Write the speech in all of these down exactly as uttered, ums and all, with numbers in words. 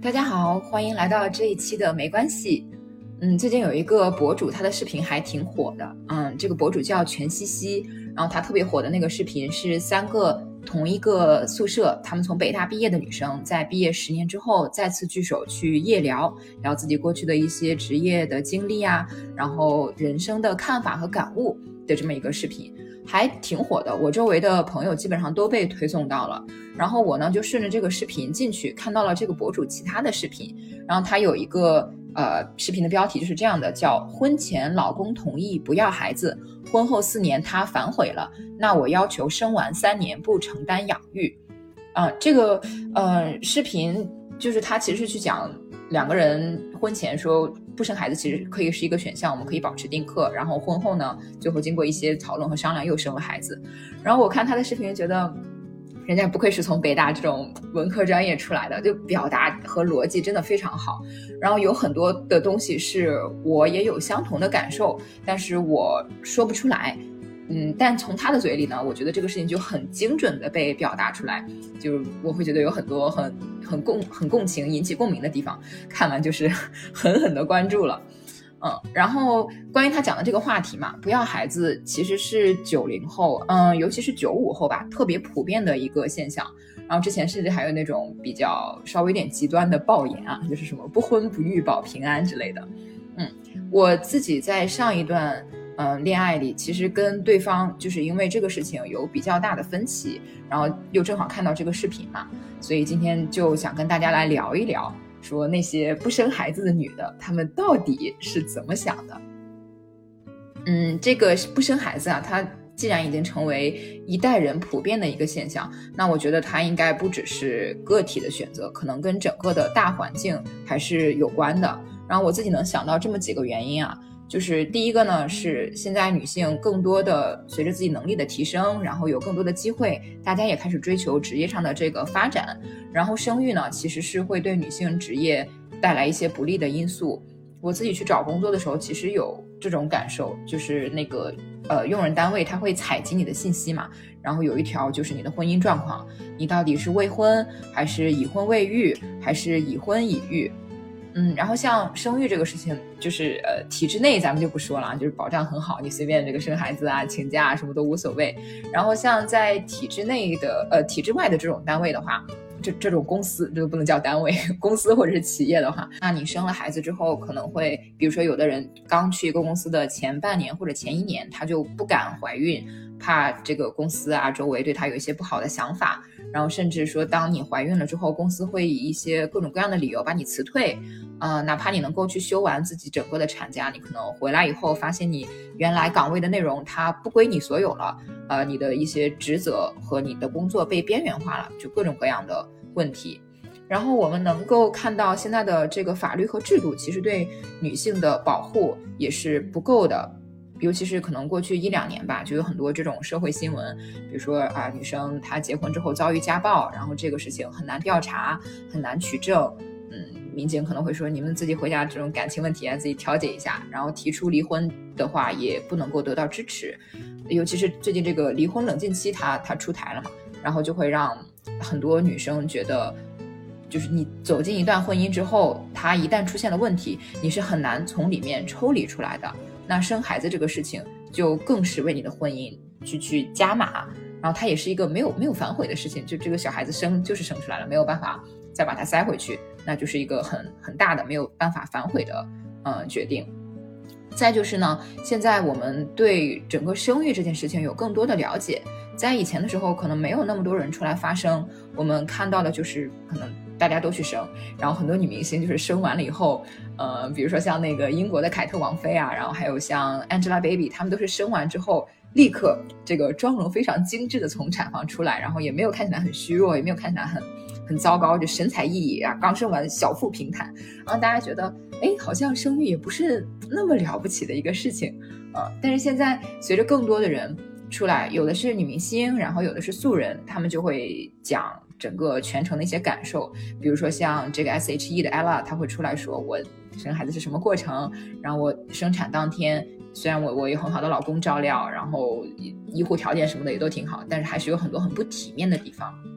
大家好，欢迎来到这一期的没关系。嗯，最近有一个博主，他的视频还挺火的。嗯，这个博主叫全西西，然后他特别火的那个视频是三个同一个宿舍，他们从北大毕业的女生，在毕业十年之后再次聚首去夜聊，聊自己过去的一些职业的经历啊，然后人生的看法和感悟的这么一个视频。还挺火的，我周围的朋友基本上都被推送到了，然后我呢就顺着这个视频进去，看到了这个博主其他的视频，然后他有一个呃视频的标题就是这样的，叫婚前老公同意不要孩子，婚后四年他反悔了，那我要求生完三年不承担养育。啊、呃，这个呃视频就是他其实是去讲两个人婚前说不生孩子其实可以是一个选项，我们可以保持丁克，然后婚后呢最后经过一些讨论和商量又生了孩子。然后我看他的视频觉得人家不愧是从北大这种文科专业出来的，就表达和逻辑真的非常好，然后有很多的东西是我也有相同的感受，但是我说不出来。嗯，但从他的嘴里呢，我觉得这个事情就很精准的被表达出来，就我会觉得有很多很很共很共情引起共鸣的地方，看完就是狠狠的关注了。嗯，然后关于他讲的这个话题嘛，不要孩子其实是九零后，嗯，尤其是九五后吧，特别普遍的一个现象。然后之前甚至还有那种比较稍微有点极端的爆言啊，就是什么不婚不育保平安之类的。嗯，我自己在上一段嗯恋爱里，其实跟对方就是因为这个事情有比较大的分歧，然后又正好看到这个视频嘛，所以今天就想跟大家来聊一聊。说那些不生孩子的女的，她们到底是怎么想的？嗯，这个不生孩子啊，它既然已经成为一代人普遍的一个现象，那我觉得它应该不只是个体的选择，可能跟整个的大环境还是有关的。然后我自己能想到这么几个原因啊，就是第一个呢，是现在女性更多的随着自己能力的提升，然后有更多的机会，大家也开始追求职业上的这个发展，然后生育呢，其实是会对女性职业带来一些不利的因素。我自己去找工作的时候，其实有这种感受，就是那个呃用人单位他会采集你的信息嘛，然后有一条就是你的婚姻状况，你到底是未婚还是已婚未育，还是已婚已育。嗯，然后像生育这个事情，就是呃体制内咱们就不说了，就是保障很好，你随便这个生孩子啊、请假啊什么都无所谓。然后像在体制内的呃体制外的这种单位的话，这这种公司，这个不能叫单位，公司或者是企业的话，那你生了孩子之后，可能会比如说有的人刚去一个公司的前半年或者前一年，他就不敢怀孕，怕这个公司啊周围对他有一些不好的想法，然后甚至说当你怀孕了之后，公司会以一些各种各样的理由把你辞退。呃，哪怕你能够去休完自己整个的产假，你可能回来以后发现你原来岗位的内容它不归你所有了，呃，你的一些职责和你的工作被边缘化了，就各种各样的问题。然后我们能够看到现在的这个法律和制度其实对女性的保护也是不够的，尤其是可能过去一两年吧，就有很多这种社会新闻，比如说啊，女生她结婚之后遭遇家暴，然后这个事情很难调查，很难取证。嗯，民警可能会说你们自己回家这种感情问题啊，自己调解一下，然后提出离婚的话也不能够得到支持，尤其是最近这个离婚冷静期它它出台了嘛，然后就会让很多女生觉得，就是你走进一段婚姻之后，它一旦出现了问题，你是很难从里面抽离出来的。那生孩子这个事情就更是为你的婚姻去去加码，然后它也是一个没有没有反悔的事情，就这个小孩子生就是生出来了，没有办法再把它塞回去，那就是一个很很大的没有办法反悔的呃决定。再就是呢，现在我们对整个生育这件事情有更多的了解，在以前的时候可能没有那么多人出来发声，我们看到的就是可能大家都去生，然后很多女明星就是生完了以后，呃，比如说像那个英国的凯特王妃啊，然后还有像 Angelababy， 她们都是生完之后立刻这个妆容非常精致的从产房出来，然后也没有看起来很虚弱，也没有看起来很很糟糕，就神采奕奕啊，刚生完小腹平坦，然后大家觉得哎，好像生育也不是那么了不起的一个事情，呃，但是现在随着更多的人出来，有的是女明星，然后有的是素人，他们就会讲整个全程的一些感受，比如说像这个 S H E 的 Ella， 她会出来说我生孩子是什么过程，然后我生产当天虽然我我有很好的老公照料，然后医护条件什么的也都挺好，但是还是有很多很不体面的地方。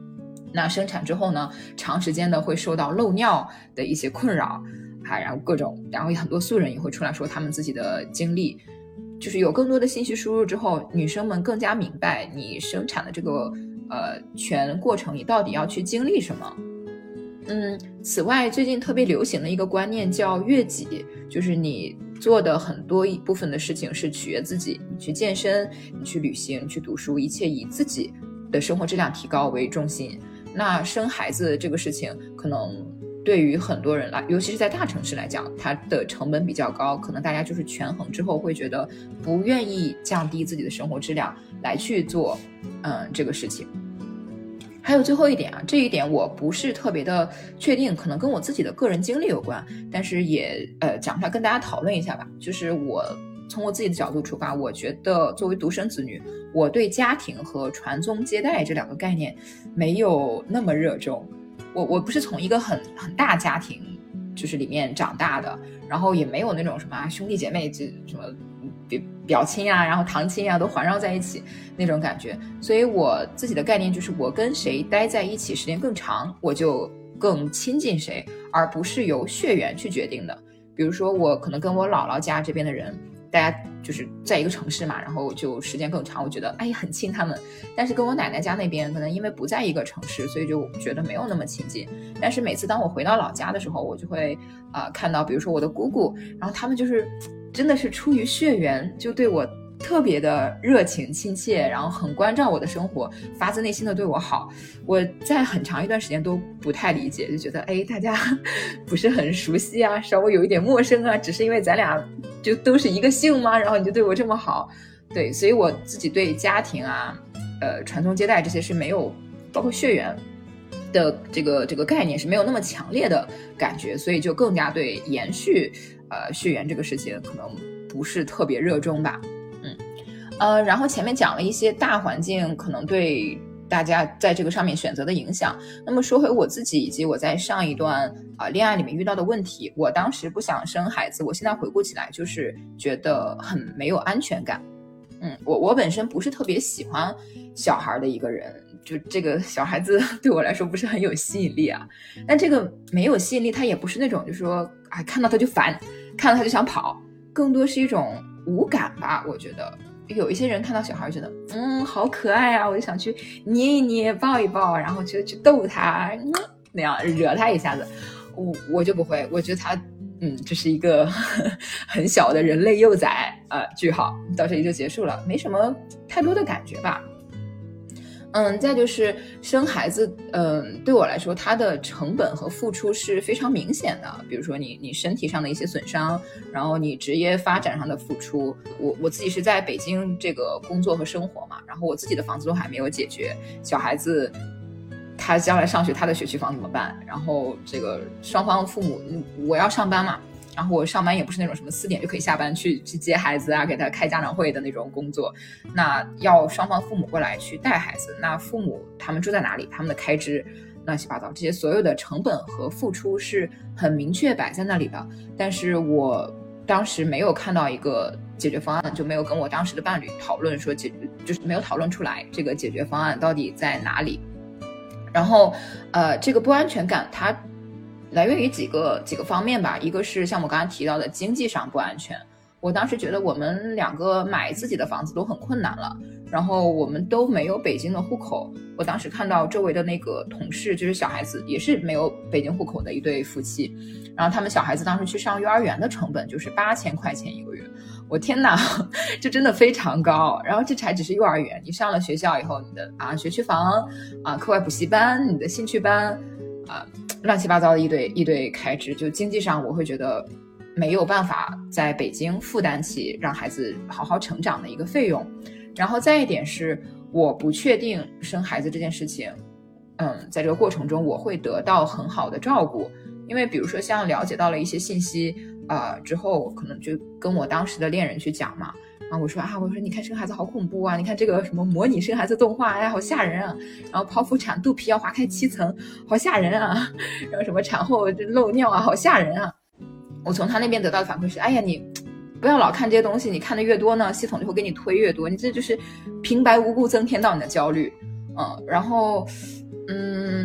那生产之后呢，长时间的会受到漏尿的一些困扰啊，然后各种，然后很多素人也会出来说他们自己的经历。就是有更多的信息输入之后，女生们更加明白你生产的这个呃全过程你到底要去经历什么。嗯，此外最近特别流行的一个观念叫悦己，就是你做的很多一部分的事情是取悦自己，你去健身，你去旅行，你去读书，一切以自己的生活质量提高为中心。那生孩子这个事情可能对于很多人来，尤其是在大城市来讲，它的成本比较高，可能大家就是权衡之后会觉得不愿意降低自己的生活质量来去做嗯这个事情。还有最后一点啊，这一点我不是特别的确定，可能跟我自己的个人经历有关，但是也呃讲出来跟大家讨论一下吧。就是我从我自己的角度出发，我觉得作为独生子女，我对家庭和传宗接代这两个概念没有那么热衷。我我不是从一个很很大家庭就是里面长大的，然后也没有那种什么兄弟姐妹这什么表亲啊，然后堂亲啊都环绕在一起那种感觉，所以我自己的概念就是我跟谁待在一起时间更长，我就更亲近谁，而不是由血缘去决定的。比如说我可能跟我姥姥家这边的人，大家就是在一个城市嘛，然后就时间更长，我觉得哎很亲他们。但是跟我奶奶家那边可能因为不在一个城市，所以就觉得没有那么亲近。但是每次当我回到老家的时候，我就会呃看到比如说我的姑姑，然后他们就是真的是出于血缘就对我特别的热情亲切，然后很关照我的生活，发自内心的对我好。我在很长一段时间都不太理解，就觉得哎大家不是很熟悉啊，稍微有一点陌生啊，只是因为咱俩就都是一个姓吗？然后你就对我这么好。对，所以我自己对家庭啊呃传宗接代这些是没有，包括血缘的这个这个概念是没有那么强烈的感觉，所以就更加对延续呃血缘这个事情可能不是特别热衷吧。嗯呃，然后前面讲了一些大环境可能对大家在这个上面选择的影响。那么说回我自己以及我在上一段啊、呃、恋爱里面遇到的问题，我当时不想生孩子，我现在回顾起来就是觉得很没有安全感。嗯，我我本身不是特别喜欢小孩的一个人，就这个小孩子对我来说不是很有吸引力啊。但这个没有吸引力，他也不是那种就是说哎看到他就烦，看到他就想跑，更多是一种无感吧。我觉得有一些人看到小孩觉得嗯好可爱啊，我就想去捏一捏抱一抱，然后就去逗他、嗯、那样惹他一下子。我我就不会，我觉得他嗯这是一个呵呵很小的人类幼崽呃句号，到这里就结束了，没什么太多的感觉吧。嗯，再就是生孩子，嗯，对我来说，它的成本和付出是非常明显的。比如说你你身体上的一些损伤，然后你职业发展上的付出。我我自己是在北京这个工作和生活嘛，然后我自己的房子都还没有解决，小孩子他将来上学，他的学区房怎么办？然后这个双方父母，我要上班嘛。然后我上班也不是那种什么四点就可以下班去去接孩子啊，给他开家长会的那种工作，那要双方父母过来去带孩子，那父母他们住在哪里，他们的开支乱七八糟，这些所有的成本和付出是很明确摆在那里的。但是我当时没有看到一个解决方案，就没有跟我当时的伴侣讨论说解就是没有讨论出来这个解决方案到底在哪里。然后呃，这个不安全感它来源于几个几个方面吧。一个是像我刚才提到的经济上不安全，我当时觉得我们两个买自己的房子都很困难了，然后我们都没有北京的户口。我当时看到周围的那个同事，就是小孩子也是没有北京户口的一对夫妻，然后他们小孩子当时去上幼儿园的成本就是八千块钱一个月。我天哪，这真的非常高。然后这才只是幼儿园，你上了学校以后，你的啊学区房啊课外补习班，你的兴趣班啊乱七八糟的一堆一堆开支，就经济上我会觉得没有办法在北京负担起让孩子好好成长的一个费用。然后再一点是我不确定生孩子这件事情嗯，在这个过程中我会得到很好的照顾。因为比如说像了解到了一些信息呃之后，可能就跟我当时的恋人去讲嘛，然后我说啊，我说你看生孩子好恐怖啊，你看这个什么模拟生孩子动画，哎，好吓人啊，然后剖腹产肚皮要划开七层，好吓人啊，然后什么产后漏尿啊，好吓人啊。我从他那边得到的反馈是，哎呀，你不要老看这些东西，你看的越多呢，系统就会给你推越多，你这就是平白无故增添到你的焦虑。嗯，然后嗯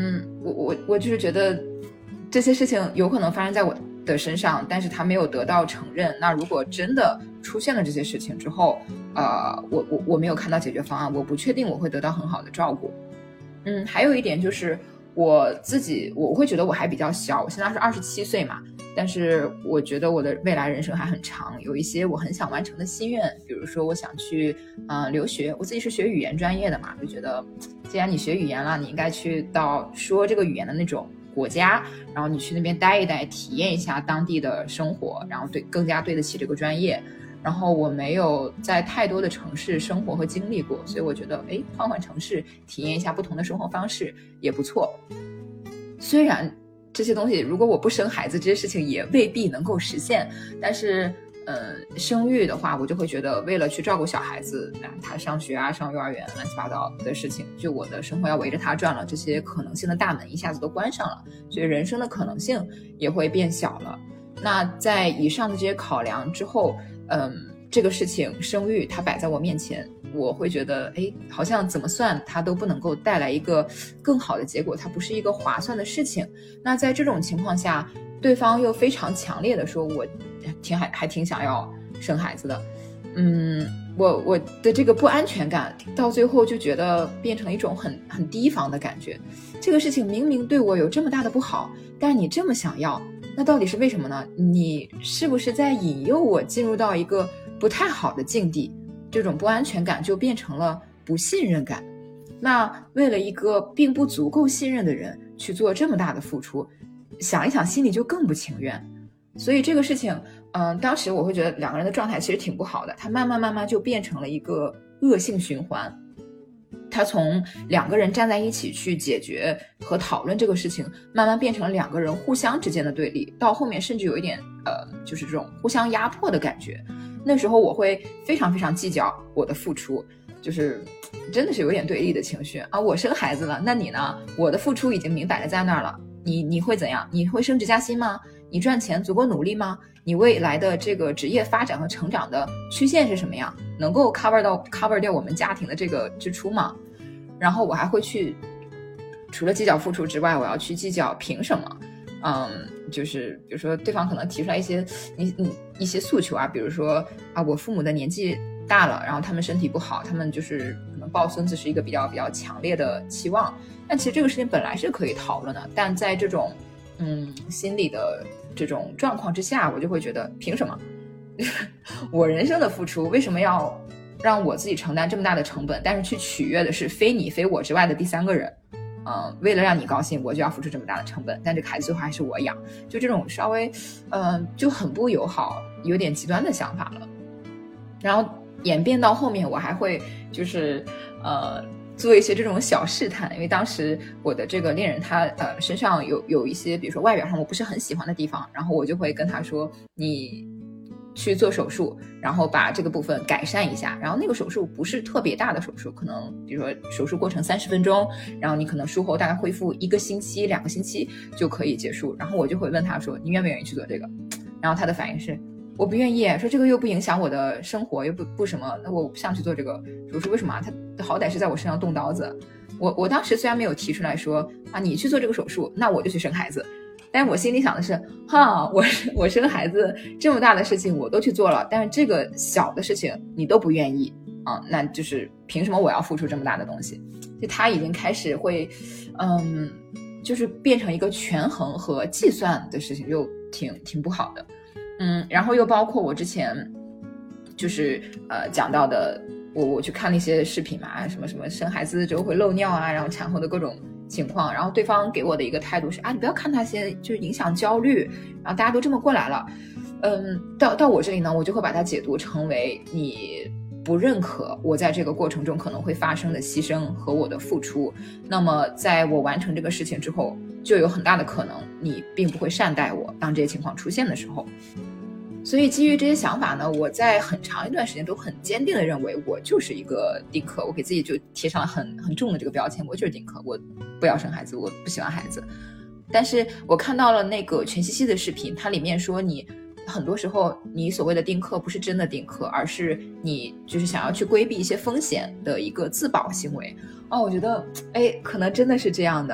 我我我就是觉得这些事情有可能发生在我的身上，但是他没有得到承认。那如果真的出现了这些事情之后，呃，我我我没有看到解决方案，我不确定我会得到很好的照顾。嗯，还有一点就是我自己，我会觉得我还比较小，我现在是二十七岁嘛，但是我觉得我的未来人生还很长，有一些我很想完成的心愿，比如说我想去呃留学，我自己是学语言专业的嘛，就觉得既然你学语言了，你应该去到说这个语言的那种国家，然后你去那边待一待，体验一下当地的生活，然后对更加对得起这个专业。然后我没有在太多的城市生活和经历过，所以我觉得哎，换换城市体验一下不同的生活方式也不错。虽然这些东西如果我不生孩子，这些事情也未必能够实现，但是呃，生育的话，我就会觉得为了去照顾小孩子，他上学啊上幼儿园乱七八糟的事情，就我的生活要围着他转了，这些可能性的大门一下子都关上了，所以人生的可能性也会变小了。那在以上的这些考量之后，嗯，这个事情生育它摆在我面前，我会觉得哎，好像怎么算它都不能够带来一个更好的结果，它不是一个划算的事情。那在这种情况下，对方又非常强烈的说我挺还还挺想要生孩子的，嗯，我我的这个不安全感到最后就觉得变成了一种很很提防的感觉。这个事情明明对我有这么大的不好，但是你这么想要，那到底是为什么呢？你是不是在引诱我进入到一个不太好的境地？这种不安全感就变成了不信任感。那为了一个并不足够信任的人去做这么大的付出，想一想心里就更不情愿。所以这个事情嗯、呃，当时我会觉得两个人的状态其实挺不好的，它慢慢慢慢就变成了一个恶性循环。他从两个人站在一起去解决和讨论这个事情，慢慢变成了两个人互相之间的对立，到后面甚至有一点呃，就是这种互相压迫的感觉。那时候我会非常非常计较我的付出，就是真的是有点对立的情绪啊！我生孩子了，那你呢？我的付出已经明摆着在那儿了，你你会怎样？你会升职加薪吗？你赚钱足够努力吗？你未来的这个职业发展和成长的曲线是什么样？能够 cover 到 cover 掉我们家庭的这个支出吗？然后我还会去，除了计较付出之外，我要去计较凭什么。嗯，就是比如说对方可能提出来一些你你一些诉求啊，比如说啊，我父母的年纪大了，然后他们身体不好，他们就是可能抱孙子是一个比较比较强烈的期望。但其实这个事情本来是可以讨论的，但在这种嗯心理的这种状况之下，我就会觉得凭什么我人生的付出为什么要让我自己承担这么大的成本，但是去取悦的是非你非我之外的第三个人。嗯，为了让你高兴，我就要付出这么大的成本，但这个孩子最后还是我养，就这种稍微嗯就很不友好，有点极端的想法了。然后演变到后面，我还会就是呃做一些这种小试探，因为当时我的这个恋人他呃身上有有一些比如说外表上我不是很喜欢的地方，然后我就会跟他说你去做手术，然后把这个部分改善一下。然后那个手术不是特别大的手术，可能比如说手术过程三十分钟，然后你可能术后大概恢复一个星期两个星期就可以结束。然后我就会问他说你愿不愿意去做这个，然后他的反应是我不愿意，说这个又不影响我的生活，又不不什么，那我不想去做这个手术。为什么？他好歹是在我身上动刀子。我我当时虽然没有提出来说啊你去做这个手术，那我就去生孩子，但是我心里想的是哈，我我生孩子这么大的事情我都去做了，但是这个小的事情你都不愿意啊、嗯，那就是凭什么我要付出这么大的东西？就他已经开始会嗯就是变成一个权衡和计算的事情，就挺挺不好的。嗯，然后又包括我之前就是呃讲到的，我我去看了一些视频嘛，什么什么生孩子之后会漏尿啊，然后产后的各种情况，然后对方给我的一个态度是啊，你不要看那些就是影响焦虑，然后大家都这么过来了。嗯，到到我这里呢，我就会把它解读成为你不认可我在这个过程中可能会发生的牺牲和我的付出，那么在我完成这个事情之后，就有很大的可能你并不会善待我当这些情况出现的时候。所以基于这些想法呢，我在很长一段时间都很坚定的认为我就是一个丁克，我给自己就贴上了很很重的这个标签，我就是丁克，我不要生孩子，我不喜欢孩子。但是我看到了那个全西西的视频，它里面说你很多时候你所谓的丁克不是真的丁克，而是你就是想要去规避一些风险的一个自保行为。哦，我觉得哎，可能真的是这样的。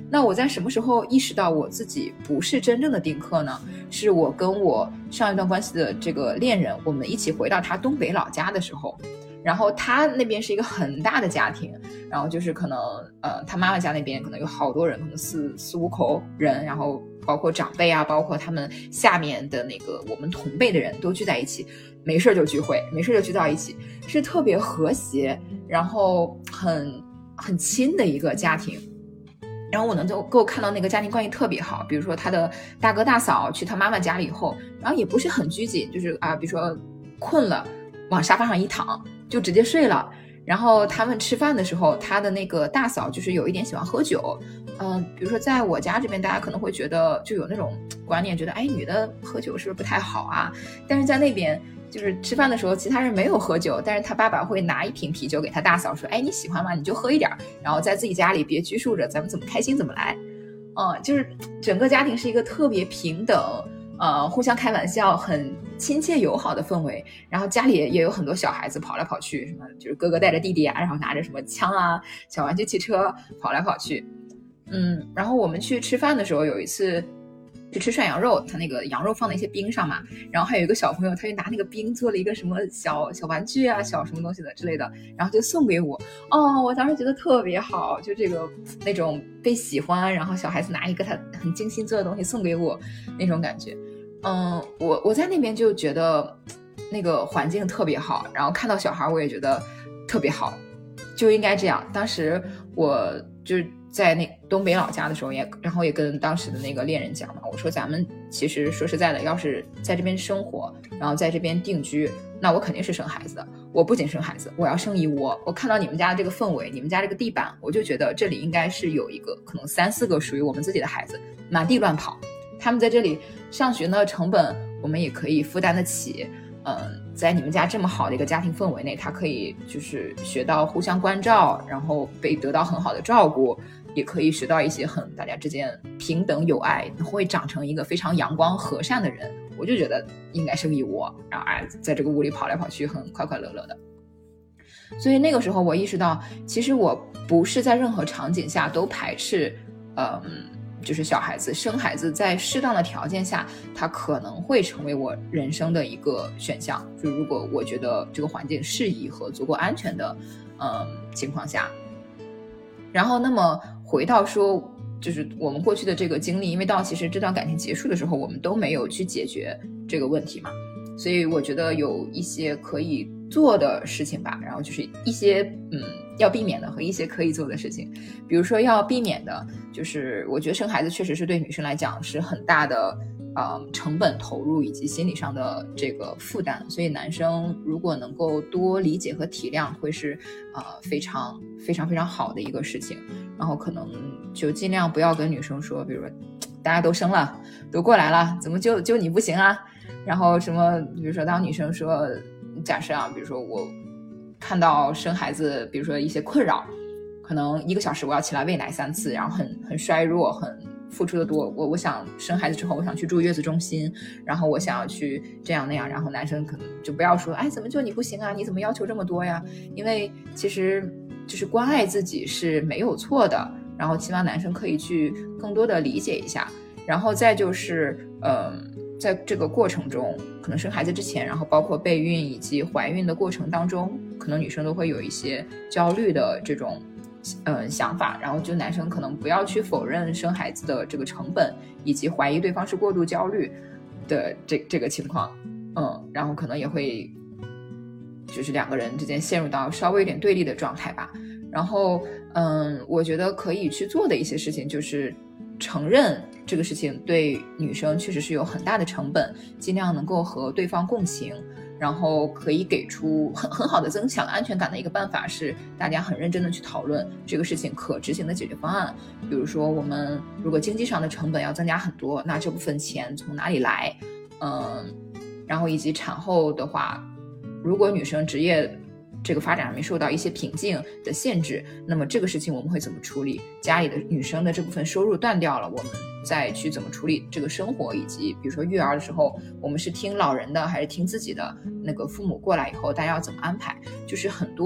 那我在什么时候意识到我自己不是真正的丁克呢？是我跟我上一段关系的这个恋人，我们一起回到他东北老家的时候，然后他那边是一个很大的家庭，然后就是可能呃他妈妈家那边可能有好多人，可能四四五口人，然后包括长辈啊，包括他们下面的那个我们同辈的人都聚在一起，没事就聚会，没事就聚到一起，是特别和谐，然后很很亲的一个家庭。然后我能够看到那个家庭关系特别好，比如说他的大哥大嫂去他妈妈家里以后，然后也不是很拘谨，就是啊，比如说困了往沙发上一躺就直接睡了。然后他们吃饭的时候，他的那个大嫂就是有一点喜欢喝酒，嗯、呃，比如说在我家这边，大家可能会觉得就有那种观念，觉得哎，女的喝酒是不是不太好啊？但是在那边就是吃饭的时候，其他人没有喝酒，但是他爸爸会拿一瓶啤酒给他大嫂说，哎，你喜欢吗？你就喝一点，然后在自己家里别拘束着，咱们怎么开心怎么来。嗯，就是整个家庭是一个特别平等，呃，互相开玩笑，很亲切友好的氛围。然后家里也有很多小孩子跑来跑去，什么就是哥哥带着弟弟啊，然后拿着什么枪啊、小玩具汽车跑来跑去。嗯，然后我们去吃饭的时候，有一次去吃涮羊肉，他那个羊肉放在一些冰上嘛，然后还有一个小朋友，他就拿那个冰做了一个什么小小玩具啊，小什么东西的之类的，然后就送给我。哦，我当时觉得特别好，就这个那种被喜欢，然后小孩子拿一个他很精心做的东西送给我那种感觉。嗯，我我在那边就觉得那个环境特别好，然后看到小孩我也觉得特别好，就应该这样。当时我就是在那东北老家的时候也，然后也跟当时的那个恋人讲嘛，我说咱们其实说实在的，要是在这边生活，然后在这边定居，那我肯定是生孩子的。我不仅生孩子，我要生一窝。我看到你们家的这个氛围，你们家这个地板，我就觉得这里应该是有一个可能三四个属于我们自己的孩子，满地乱跑。他们在这里上学呢，成本我们也可以负担得起。嗯，在你们家这么好的一个家庭氛围内，他可以就是学到互相关照，然后被得到很好的照顾，也可以学到一些很大家之间平等友爱，会长成一个非常阳光和善的人。我就觉得应该生一窝，然后哎，在这个屋里跑来跑去，很快快乐乐的。所以那个时候我意识到，其实我不是在任何场景下都排斥，嗯。就是小孩子生孩子，在适当的条件下，他可能会成为我人生的一个选项。就如果我觉得这个环境适宜和足够安全的，嗯情况下。然后，那么回到说，就是我们过去的这个经历，因为到其实这段感情结束的时候，我们都没有去解决这个问题嘛，所以我觉得有一些可以做的事情吧，然后就是一些嗯。要避免的和一些可以做的事情。比如说要避免的就是我觉得生孩子确实是对女生来讲是很大的呃成本投入以及心理上的这个负担，所以男生如果能够多理解和体谅会是呃非常非常非常好的一个事情。然后可能就尽量不要跟女生说，比如说大家都生了都过来了，怎么就就你不行啊，然后什么比如说当女生说假设啊，比如说我看到生孩子比如说一些困扰，可能一个小时我要起来喂奶三次，然后很很衰弱，很付出的多，我我想生孩子之后我想去住月子中心，然后我想要去这样那样，然后男生可能就不要说哎怎么就你不行啊，你怎么要求这么多呀，因为其实就是关爱自己是没有错的，然后希望男生可以去更多的理解一下。然后再就是呃在这个过程中，可能生孩子之前，然后包括备孕以及怀孕的过程当中，可能女生都会有一些焦虑的这种呃想法，然后就男生可能不要去否认生孩子的这个成本，以及怀疑对方是过度焦虑的这这个情况，嗯，然后可能也会就是两个人之间陷入到稍微有点对立的状态吧。然后嗯，我觉得可以去做的一些事情就是承认这个事情对女生确实是有很大的成本，尽量能够和对方共情，然后可以给出很很好的增强安全感的一个办法是大家很认真的去讨论这个事情可执行的解决方案。比如说我们如果经济上的成本要增加很多，那这部分钱从哪里来，嗯，然后以及产后的话，如果女生职业这个发展上面受到一些瓶颈的限制，那么这个事情我们会怎么处理，家里的女生的这部分收入断掉了，我们再去怎么处理这个生活，以及比如说育儿的时候我们是听老人的还是听自己的那个父母过来以后大家要怎么安排，就是很多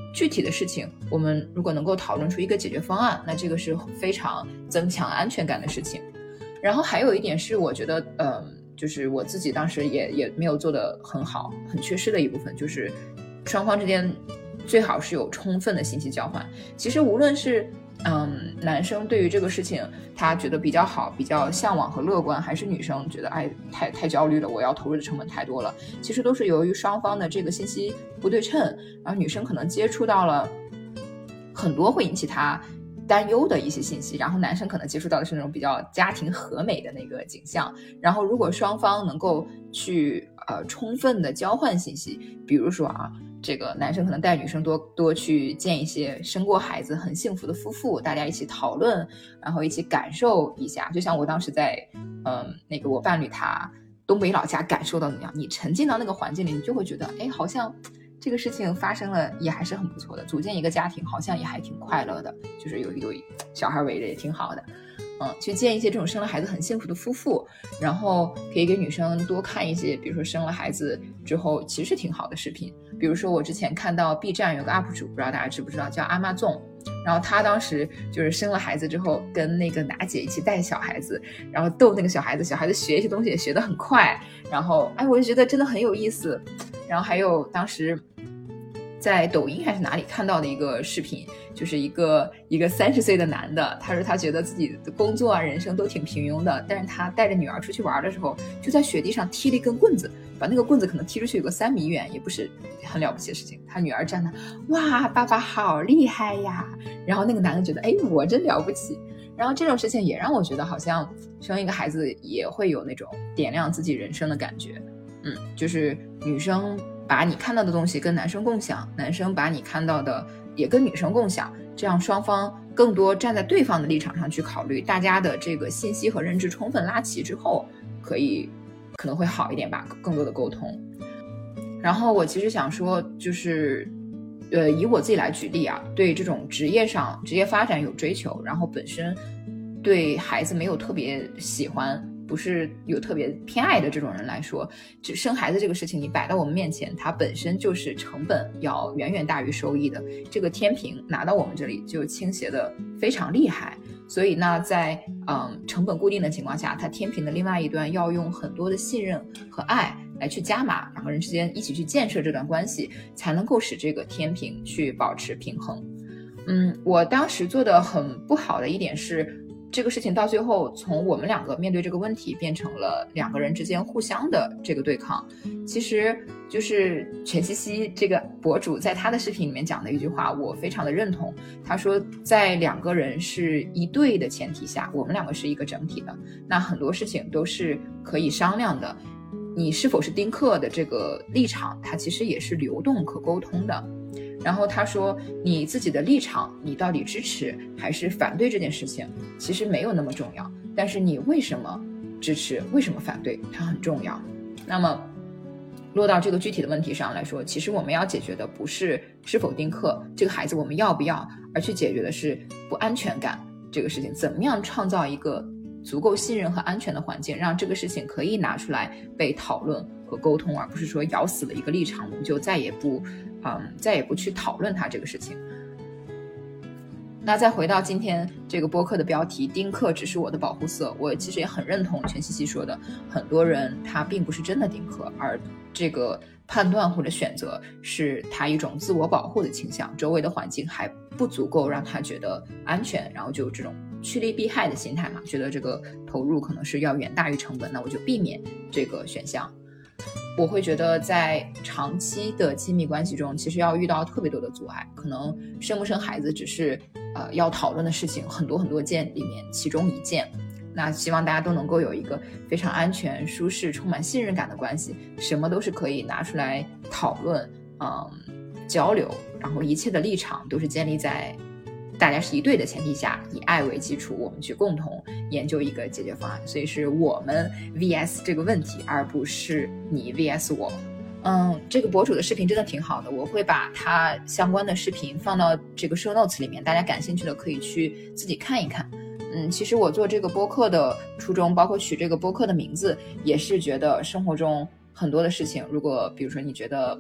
具体的事情我们如果能够讨论出一个解决方案，那这个是非常增强安全感的事情。然后还有一点是我觉得嗯，就是我自己当时也也没有做得很好，很缺失的一部分，就是双方之间最好是有充分的信息交换。其实无论是嗯，男生对于这个事情他觉得比较好，比较向往和乐观，还是女生觉得哎太太焦虑了，我要投入的成本太多了，其实都是由于双方的这个信息不对称，然后女生可能接触到了很多会引起她担忧的一些信息，然后男生可能接触到的是那种比较家庭和美的那个景象。然后如果双方能够去呃充分的交换信息，比如说啊这个男生可能带女生多多去见一些生过孩子很幸福的夫妇，大家一起讨论，然后一起感受一下。就像我当时在嗯那个我伴侣他东北老家感受到的那样，你沉浸到那个环境里，你就会觉得哎，好像这个事情发生了也还是很不错的，组建一个家庭好像也还挺快乐的，就是有有小孩围着也挺好的。嗯，去见一些这种生了孩子很幸福的夫妇，然后可以给女生多看一些比如说生了孩子之后其实挺好的视频。比如说我之前看到 B 站有个 U P 主，不知道大家知不知道，叫阿妈纵，然后他当时就是生了孩子之后跟那个娜姐一起带小孩子，然后逗那个小孩子，小孩子学一些东西也学得很快，然后哎我就觉得真的很有意思。然后还有当时在抖音还是哪里看到的一个视频，就是一个一个三十岁的男的，他说他觉得自己的工作啊人生都挺平庸的，但是他带着女儿出去玩的时候，就在雪地上踢了一根棍子，把那个棍子可能踢出去有个三米远，也不是很了不起的事情。他女儿站那，哇，爸爸好厉害呀！然后那个男的觉得，哎，我真了不起。然后这种事情也让我觉得，好像生一个孩子也会有那种点亮自己人生的感觉。嗯，就是女生把你看到的东西跟男生共享，男生把你看到的也跟女生共享，这样双方更多站在对方的立场上去考虑，大家的这个信息和认知充分拉齐之后，可以可能会好一点吧，更多的沟通。然后我其实想说，就是呃，以我自己来举例啊，对这种职业上职业发展有追求，然后本身对孩子没有特别喜欢，不是有特别偏爱的这种人来说，这生孩子这个事情你摆到我们面前，它本身就是成本要远远大于收益的，这个天平拿到我们这里就倾斜的非常厉害。所以呢，在嗯成本固定的情况下，它天平的另外一端要用很多的信任和爱来去加码，两个人之间一起去建设这段关系，才能够使这个天平去保持平衡。嗯，我当时做的很不好的一点是，这个事情到最后从我们两个面对这个问题变成了两个人之间互相的这个对抗。其实就是全西西这个博主在他的视频里面讲的一句话我非常的认同，他说在两个人是一对的前提下，我们两个是一个整体的，那很多事情都是可以商量的，你是否是丁克的这个立场它其实也是流动可沟通的。然后他说你自己的立场你到底支持还是反对这件事情其实没有那么重要，但是你为什么支持为什么反对它很重要。那么落到这个具体的问题上来说，其实我们要解决的不是是否丁克这个孩子我们要不要，而去解决的是不安全感这个事情，怎么样创造一个足够信任和安全的环境，让这个事情可以拿出来被讨论和沟通，而不是说咬死了一个立场我们就再也不嗯，再也不去讨论它这个事情。那再回到今天这个播客的标题，丁克只是我的保护色，我其实也很认同全西西说的，很多人他并不是真的丁克，而这个判断或者选择是他一种自我保护的倾向，周围的环境还不足够让他觉得安全，然后就有这种趋利避害的心态嘛，觉得这个投入可能是要远大于成本，那我就避免这个选项。我会觉得在长期的亲密关系中其实要遇到特别多的阻碍，可能生不生孩子只是呃要讨论的事情很多很多件里面其中一件，那希望大家都能够有一个非常安全舒适充满信任感的关系，什么都是可以拿出来讨论嗯交流，然后一切的立场都是建立在大家是一对的前提下，以爱为基础，我们去共同研究一个解决方案，所以是我们 V S 这个问题，而不是你 V S 我。嗯，这个博主的视频真的挺好的，我会把他相关的视频放到这个 show notes 里面，大家感兴趣的可以去自己看一看。嗯，其实我做这个播客的初衷，包括取这个播客的名字，也是觉得生活中很多的事情，如果比如说你觉得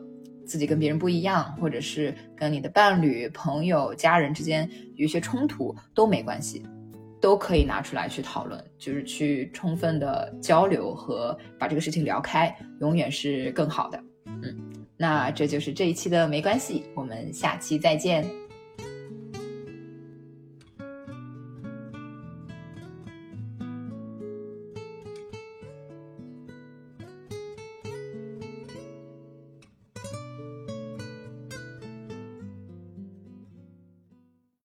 自己跟别人不一样，或者是跟你的伴侣、朋友、家人之间有一些冲突都没关系，都可以拿出来去讨论，就是去充分的交流和把这个事情聊开，永远是更好的。嗯，那这就是这一期的没关系，我们下期再见。